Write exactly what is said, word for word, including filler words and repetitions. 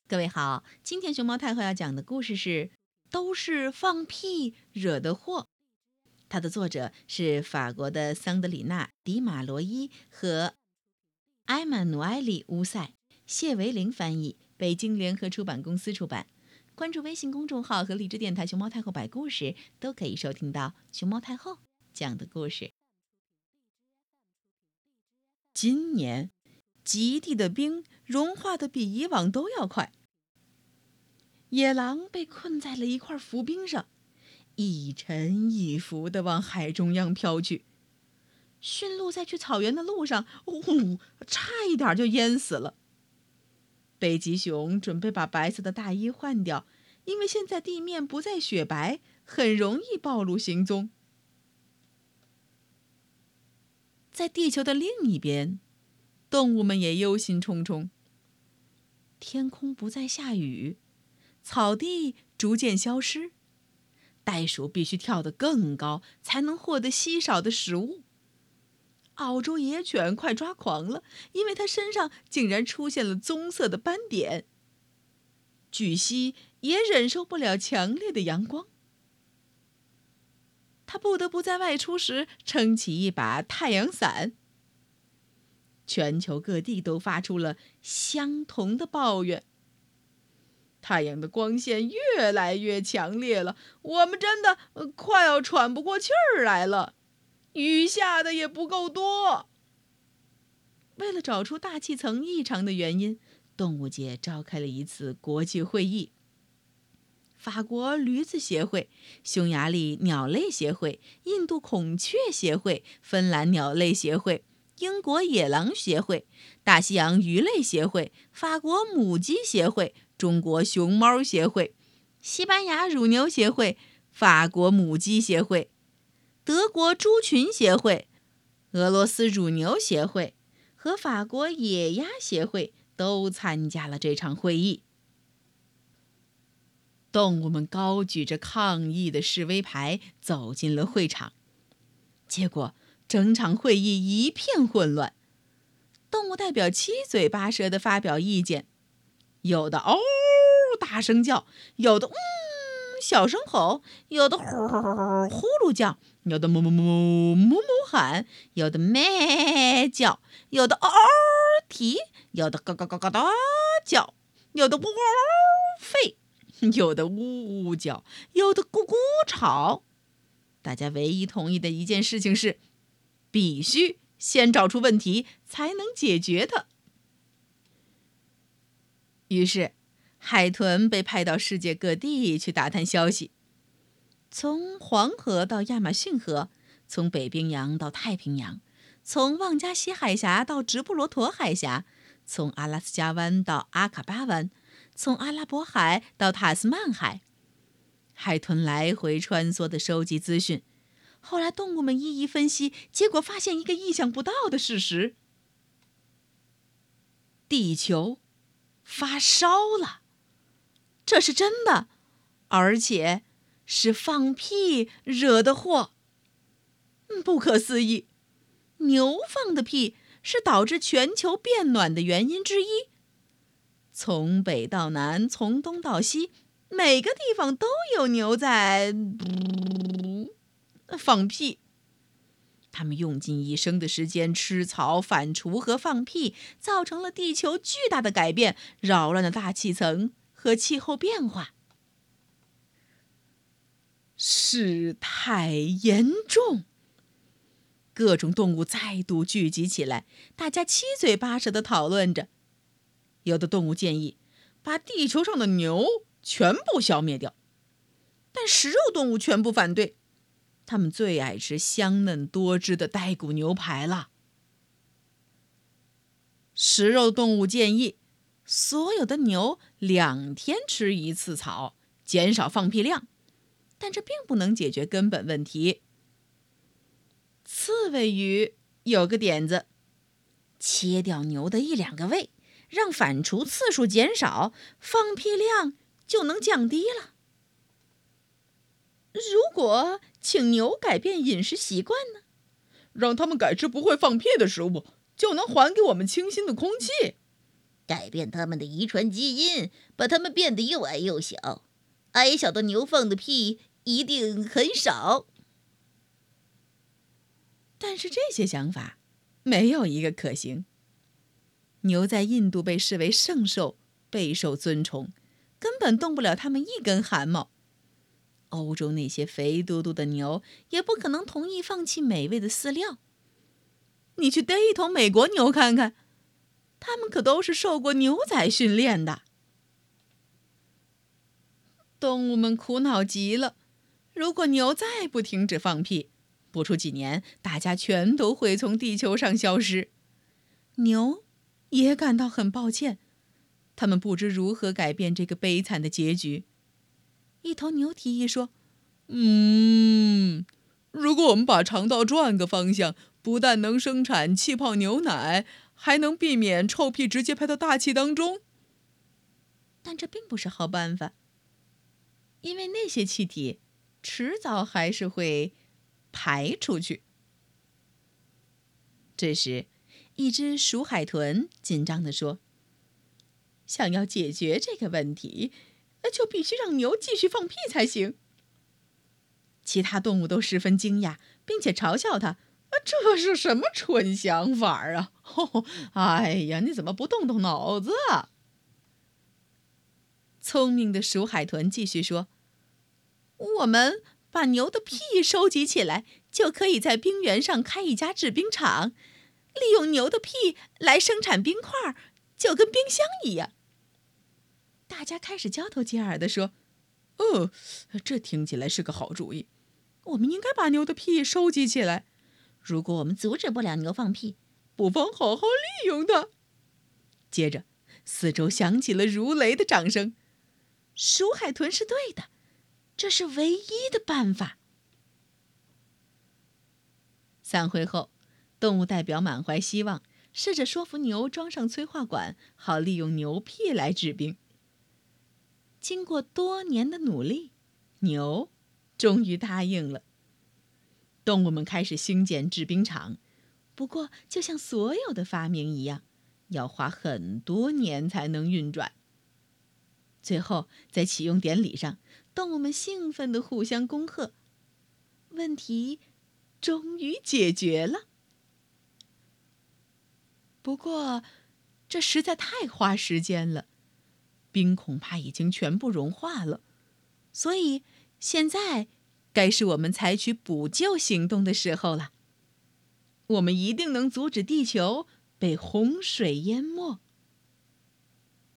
各位好，今天熊猫太后要讲的故事是都是放屁惹的祸。它的作者是法国的桑德里娜·迪马罗伊和埃曼努埃里·乌塞，谢维玲翻译，北京联合出版公司出版。关注微信公众号和荔枝电台熊猫太后摆故事，都可以收听到熊猫太后讲的故事。今年极地的冰融化的比以往都要快，野狼被困在了一块浮冰上，一沉一浮地往海中央飘去。驯鹿在去草原的路上，呜，差一点就淹死了。北极熊准备把白色的大衣换掉，因为现在地面不再雪白，很容易暴露行踪。在地球的另一边，动物们也忧心忡忡。天空不再下雨，草地逐渐消失，袋鼠必须跳得更高，才能获得稀少的食物。澳洲野犬快抓狂了，因为它身上竟然出现了棕色的斑点。巨蜥也忍受不了强烈的阳光，它不得不在外出时撑起一把太阳伞。全球各地都发出了相同的抱怨。太阳的光线越来越强烈了，我们真的、呃、快要喘不过气儿来了。雨下的也不够多。为了找出大气层异常的原因，动物界召开了一次国际会议。法国驴子协会、匈牙利鸟类协会、印度孔雀协会、芬兰鸟类协会、英国野狼协会、大西洋鱼类协会、法国母鸡协会、中国熊猫协会、西班牙乳牛协会、法国母鸡协会、德国猪群协会、俄罗斯乳牛协会和法国野鸭协会都参加了这场会议。动物们高举着抗议的示威牌走进了会场，结果整场会议一片混乱。动物代表七嘴八舌地发表意见，有的嗷大声叫，有的嗯小声吼，有的呼呼噜叫，有的哞哞哞哞哞喊，有的咩叫，有的嗷嗷啼，有的咯咯咯咯哒叫，有的呜呜吠，有的呜呜叫，有的咕咕吵。大家唯一同意的一件事情是，必须先找出问题，才能解决它。于是海豚被派到世界各地去打探消息，从黄河到亚马逊河，从北冰洋到太平洋，从旺加西海峡到直布罗陀海峡，从阿拉斯加湾到阿卡巴湾，从阿拉伯海到塔斯曼海。海豚来回穿梭地收集资讯，后来动物们一一分析，结果发现一个意想不到的事实：地球发烧了。这是真的，而且是放屁惹的祸。不可思议，牛放的屁是导致全球变暖的原因之一。从北到南，从东到西，每个地方都有牛在、呃、放屁。他们用尽一生的时间吃草、反刍和放屁，造成了地球巨大的改变，扰乱了大气层和气候变化。事态严重，各种动物再度聚集起来，大家七嘴八舌地讨论着。有的动物建议把地球上的牛全部消灭掉，但食肉动物全部反对，他们最爱吃香嫩多汁的带骨牛排了。食肉动物建议所有的牛两天吃一次草，减少放屁量，但这并不能解决根本问题。刺猬鱼有个点子，切掉牛的一两个胃，让反刍次数减少，放屁量就能降低了。如果请牛改变饮食习惯呢？ 让他们改吃不会放屁的食物，就能还给我们清新的空气。 改变它们的遗传基因，把它们变得又矮又小。矮小的牛放的屁一定很少。 但是这些想法没有一个可行。牛在印度被视为圣兽，备受尊崇，根本动不了它们一根汗毛。欧洲那些肥嘟嘟的牛也不可能同意放弃美味的饲料。你去逮一头美国牛看看，它们可都是受过牛仔训练的。动物们苦恼极了，如果牛再不停止放屁，不出几年，大家全都会从地球上消失。牛也感到很抱歉，他们不知如何改变这个悲惨的结局。一头牛提议说：“嗯，如果我们把肠道转个方向，不但能生产气泡牛奶，还能避免臭屁直接排到大气当中。”但这并不是好办法，因为那些气体迟早还是会排出去。这时，一只鼠海豚紧张地说：“想要解决这个问题，就必须让牛继续放屁才行。”其他动物都十分惊讶，并且嘲笑他：“这是什么蠢想法啊！哦，哎呀，你怎么不动动脑子啊？”聪明的鼠海豚继续说：“我们把牛的屁收集起来，就可以在冰原上开一家制冰厂，利用牛的屁来生产冰块，就跟冰箱一样。”大家开始交头接耳地说：“哦，这听起来是个好主意，我们应该把牛的屁收集起来。如果我们阻止不了牛放屁，不妨好好利用它。”接着，四周响起了如雷的掌声。鼠海豚是对的，这是唯一的办法。散会后，动物代表满怀希望，试着说服牛装上催化管，好利用牛屁来制冰。经过多年的努力，牛终于答应了。动物们开始兴建制冰厂，不过就像所有的发明一样，要花很多年才能运转。最后，在启用典礼上，动物们兴奋地互相恭贺，问题终于解决了。不过，这实在太花时间了，冰恐怕已经全部融化了，所以现在该是我们采取补救行动的时候了。我们一定能阻止地球被洪水淹没。